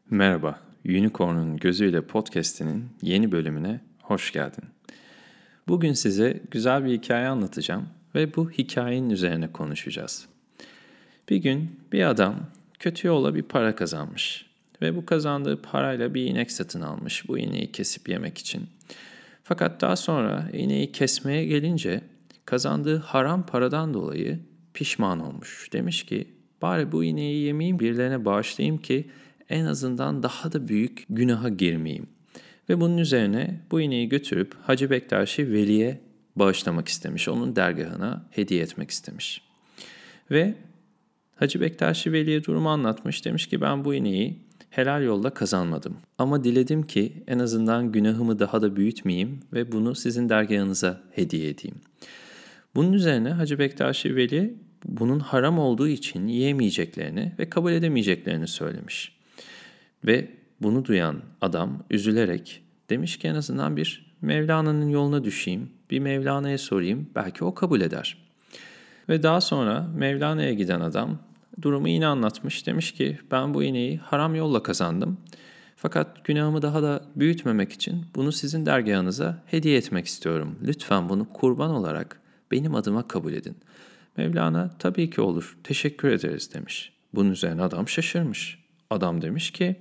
Merhaba, Unicorn'un Gözüyle Podcast'inin yeni bölümüne hoş geldin. Bugün size güzel bir hikaye anlatacağım ve bu hikayenin üzerine konuşacağız. Bir gün bir adam kötü yolla bir para kazanmış ve bu kazandığı parayla bir inek satın almış bu ineği kesip yemek için. Fakat daha sonra ineği kesmeye gelince kazandığı haram paradan dolayı pişman olmuş. Demiş ki bari bu ineği yemeyeyim birilerine bağışlayayım ki en azından daha da büyük günaha girmeyeyim. Ve bunun üzerine bu ineği götürüp Hacı Bektaşi Veli'ye bağışlamak istemiş. Onun dergahına hediye etmek istemiş. Ve Hacı Bektaşi Veli'ye durumu anlatmış. Demiş ki ben bu ineği helal yolla kazanmadım. Ama diledim ki en azından günahımı daha da büyütmeyeyim ve bunu sizin dergahınıza hediye edeyim. Bunun üzerine Hacı Bektaşi Veli bunun haram olduğu için yiyemeyeceklerini ve kabul edemeyeceklerini söylemiş. Ve bunu duyan adam üzülerek demiş ki en azından bir Mevlana'nın yoluna düşeyim, bir Mevlana'ya sorayım, belki o kabul eder. Ve daha sonra Mevlana'ya giden adam durumu yine anlatmış. Demiş ki ben bu ineği haram yolla kazandım. Fakat günahımı daha da büyütmemek için bunu sizin dergahınıza hediye etmek istiyorum. Lütfen bunu kurban olarak benim adıma kabul edin. Mevlana tabii ki olur, teşekkür ederiz demiş. Bunun üzerine adam şaşırmış. Adam demiş ki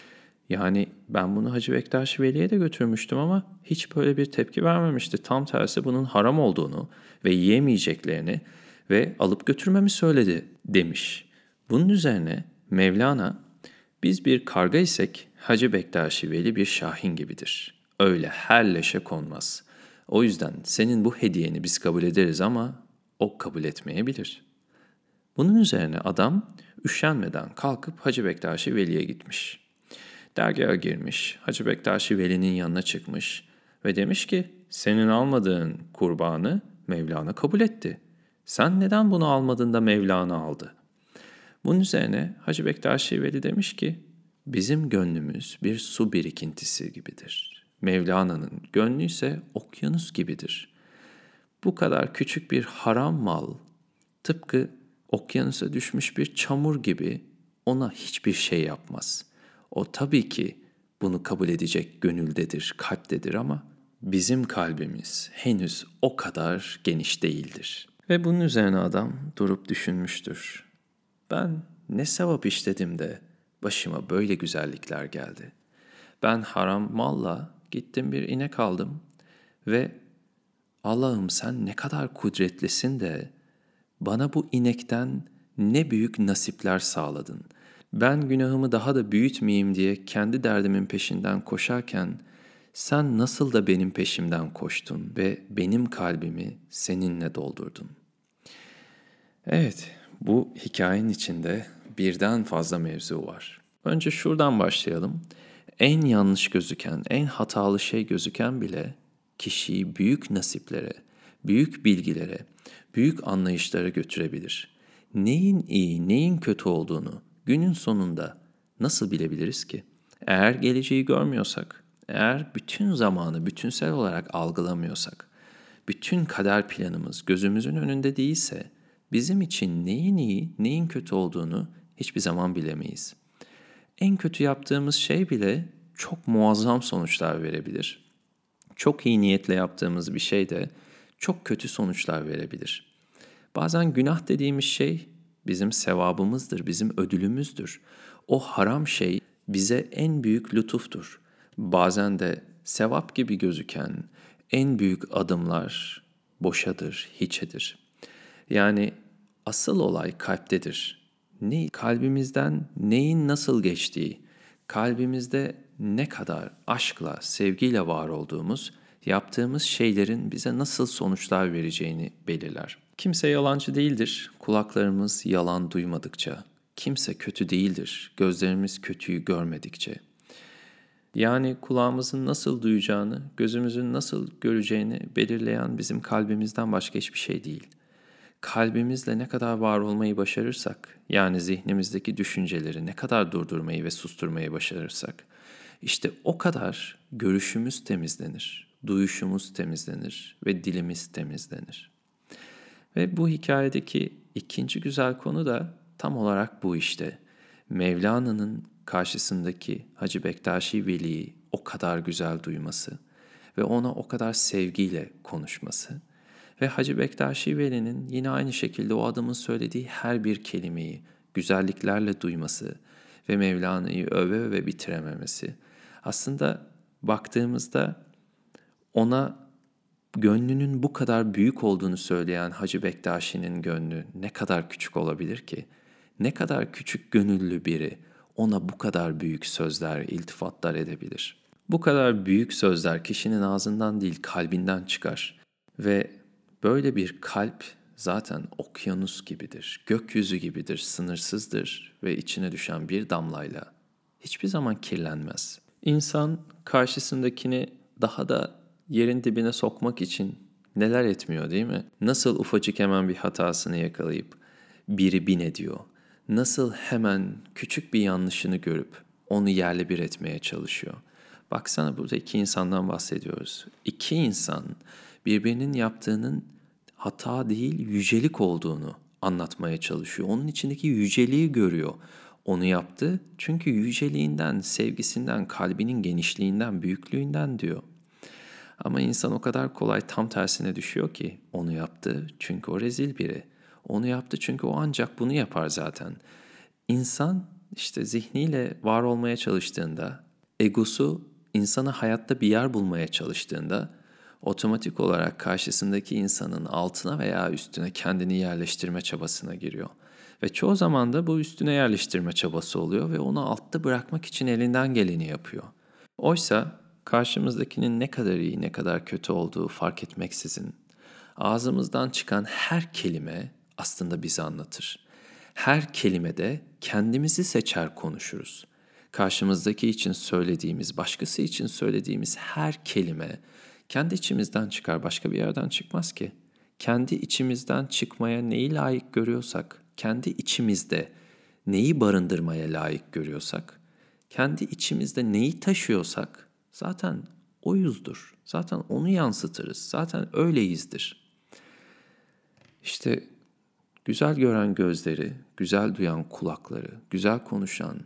yani ben bunu Hacı Bektaş Veli'ye de götürmüştüm ama hiç böyle bir tepki vermemişti. Tam tersi bunun haram olduğunu ve yiyemeyeceklerini ve alıp götürmemi söyledi demiş. Bunun üzerine Mevlana biz bir karga isek Hacı Bektaşi Veli bir şahin gibidir. Öyle her leşe konmaz. O yüzden senin bu hediyeni biz kabul ederiz ama o kabul etmeyebilir. Bunun üzerine adam üşenmeden kalkıp Hacı Bektaşi Veli'ye gitmiş. Dergaha girmiş, Hacı Bektaşi Veli'nin yanına çıkmış ve demiş ki senin almadığın kurbanı Mevlana kabul etti. Sen neden bunu almadın da Mevlana aldı? Bunun üzerine Hacı Bektaşi Veli demiş ki bizim gönlümüz bir su birikintisi gibidir. Mevlana'nın gönlü ise okyanus gibidir. Bu kadar küçük bir haram mal tıpkı okyanusa düşmüş bir çamur gibi ona hiçbir şey yapmaz. O tabii ki bunu kabul edecek gönüldedir, kalptedir ama bizim kalbimiz henüz o kadar geniş değildir. Ve bunun üzerine adam durup düşünmüştür. Ben ne sevap işledim de başıma böyle güzellikler geldi. Ben haram malla gittim bir inek aldım ve Allah'ım sen ne kadar kudretlisin de bana bu inekten ne büyük nasipler sağladın. Ben günahımı daha da büyütmeyeyim diye kendi derdimin peşinden koşarken sen nasıl da benim peşimden koştun ve benim kalbimi seninle doldurdun. Evet, bu hikayenin içinde birden fazla mevzu var. Önce şuradan başlayalım. En yanlış gözüken, en hatalı şey gözüken bile kişiyi büyük nasiplere, büyük bilgilere, büyük anlayışlara götürebilir. Neyin iyi, neyin kötü olduğunu günün sonunda nasıl bilebiliriz ki? Eğer geleceği görmüyorsak, eğer bütün zamanı bütünsel olarak algılamıyorsak, bütün kader planımız gözümüzün önünde değilse, bizim için neyin iyi, neyin kötü olduğunu hiçbir zaman bilemeyiz. En kötü yaptığımız şey bile çok muazzam sonuçlar verebilir. Çok iyi niyetle yaptığımız bir şey de çok kötü sonuçlar verebilir. Bazen günah dediğimiz şey bizim sevabımızdır, bizim ödülümüzdür. O haram şey bize en büyük lütuftur. Bazen de sevap gibi gözüken en büyük adımlar boşadır, hiçedir. Yani asıl olay kalptedir. Kalbimizden neyin nasıl geçtiği, kalbimizde ne kadar aşkla, sevgiyle var olduğumuz, yaptığımız şeylerin bize nasıl sonuçlar vereceğini belirler. Kimse yalancı değildir, kulaklarımız yalan duymadıkça. Kimse kötü değildir, gözlerimiz kötüyü görmedikçe. Yani kulağımızın nasıl duyacağını, gözümüzün nasıl göreceğini belirleyen bizim kalbimizden başka hiçbir şey değil. Kalbimizle ne kadar var olmayı başarırsak, yani zihnimizdeki düşünceleri ne kadar durdurmayı ve susturmayı başarırsak, işte o kadar görüşümüz temizlenir, duyuşumuz temizlenir ve dilimiz temizlenir. Ve bu hikayedeki ikinci güzel konu da tam olarak bu işte. Mevlana'nın karşısındaki Hacı Bektaşi Veli'yi o kadar güzel duyması ve ona o kadar sevgiyle konuşması ve Hacı Bektaşi Veli'nin yine aynı şekilde o adamın söylediği her bir kelimeyi güzelliklerle duyması ve Mevlana'yı öve öve bitirememesi. Aslında baktığımızda ona gönlünün bu kadar büyük olduğunu söyleyen Hacı Bektaşi'nin gönlü ne kadar küçük olabilir ki? Ne kadar küçük gönüllü biri ona bu kadar büyük sözler, iltifatlar edebilir? Bu kadar büyük sözler kişinin ağzından değil kalbinden çıkar ve böyle bir kalp zaten okyanus gibidir, gökyüzü gibidir, sınırsızdır ve içine düşen bir damlayla hiçbir zaman kirlenmez. İnsan karşısındakini daha da yerin dibine sokmak için neler etmiyor değil mi? Nasıl ufacık hemen bir hatasını yakalayıp biri bin ediyor. Nasıl hemen küçük bir yanlışını görüp onu yerle bir etmeye çalışıyor. Baksana burada iki insandan bahsediyoruz. İki insan birbirinin yaptığının hata değil yücelik olduğunu anlatmaya çalışıyor. Onun içindeki yüceliği görüyor. Onu yaptı çünkü yüceliğinden, sevgisinden, kalbinin genişliğinden, büyüklüğünden diyor. Ama insan o kadar kolay tam tersine düşüyor ki onu yaptı çünkü o rezil biri. Onu yaptı çünkü o ancak bunu yapar zaten. İnsan işte zihniyle var olmaya çalıştığında, egosu insana hayatta bir yer bulmaya çalıştığında otomatik olarak karşısındaki insanın altına veya üstüne kendini yerleştirme çabasına giriyor. Ve çoğu zaman da bu üstüne yerleştirme çabası oluyor ve onu altta bırakmak için elinden geleni yapıyor. Oysa karşımızdakinin ne kadar iyi ne kadar kötü olduğu fark etmeksizin ağzımızdan çıkan her kelime aslında bizi anlatır. Her kelimede kendimizi seçer konuşuruz. Karşımızdaki için söylediğimiz, başkası için söylediğimiz her kelime kendi içimizden çıkar, başka bir yerden çıkmaz ki. Kendi içimizden çıkmaya neyi layık görüyorsak, kendi içimizde neyi barındırmaya layık görüyorsak, kendi içimizde neyi taşıyorsak zaten oyuzdur. Zaten onu yansıtırız. Zaten öyleyizdir. İşte güzel gören gözleri, güzel duyan kulakları, güzel konuşan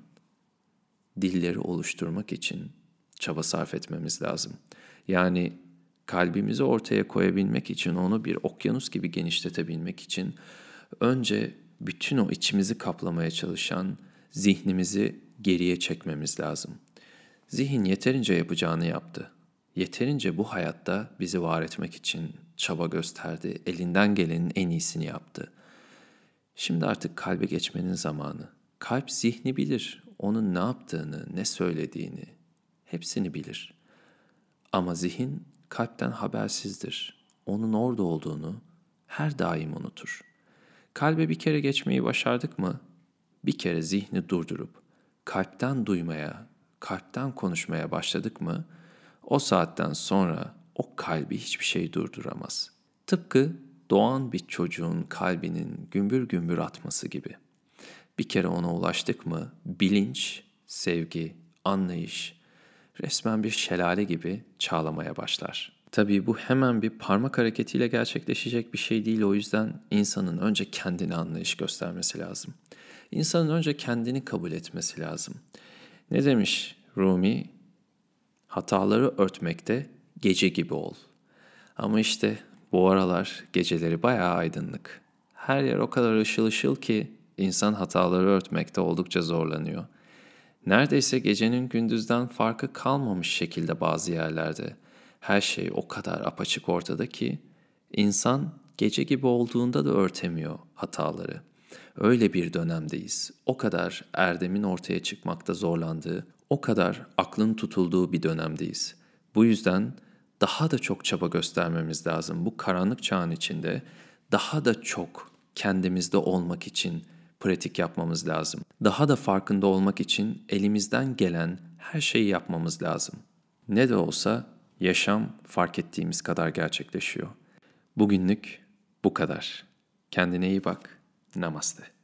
dilleri oluşturmak için çaba sarf etmemiz lazım. Yani kalbimizi ortaya koyabilmek için, onu bir okyanus gibi genişletebilmek için önce bütün o içimizi kaplamaya çalışan zihnimizi geriye çekmemiz lazım. Zihin yeterince yapacağını yaptı. Yeterince bu hayatta bizi var etmek için çaba gösterdi. Elinden gelenin en iyisini yaptı. Şimdi artık kalbe geçmenin zamanı. Kalp zihni bilir. Onun ne yaptığını, ne söylediğini hepsini bilir. Ama zihin kalpten habersizdir. Onun orada olduğunu her daim unutur. Kalbe bir kere geçmeyi başardık mı, bir kere zihni durdurup kalpten duymaya, kalpten konuşmaya başladık mı, o saatten sonra o kalbi hiçbir şey durduramaz. Tıpkı doğan bir çocuğun kalbinin gümbür gümbür atması gibi. Bir kere ona ulaştık mı bilinç, sevgi, anlayış resmen bir şelale gibi çağlamaya başlar. Tabii bu hemen bir parmak hareketiyle gerçekleşecek bir şey değil. O yüzden insanın önce kendine anlayış göstermesi lazım. İnsanın önce kendini kabul etmesi lazım. Ne demiş Rumi? Hataları örtmekte gece gibi ol. Ama işte bu aralar geceleri bayağı aydınlık. Her yer o kadar ışıl ışıl ki insan hataları örtmekte oldukça zorlanıyor. Neredeyse gecenin gündüzden farkı kalmamış şekilde bazı yerlerde. Her şey o kadar apaçık ortada ki insan gece gibi olduğunda da örtemiyor hataları. Öyle bir dönemdeyiz. O kadar erdemin ortaya çıkmakta zorlandığı, o kadar aklın tutulduğu bir dönemdeyiz. Bu yüzden daha da çok çaba göstermemiz lazım. Bu karanlık çağın içinde daha da çok kendimizde olmak için pratik yapmamız lazım. Daha da farkında olmak için elimizden gelen her şeyi yapmamız lazım. Ne de olsa yaşam fark ettiğimiz kadar gerçekleşiyor. Bugünlük bu kadar. Kendine iyi bak. Namaste.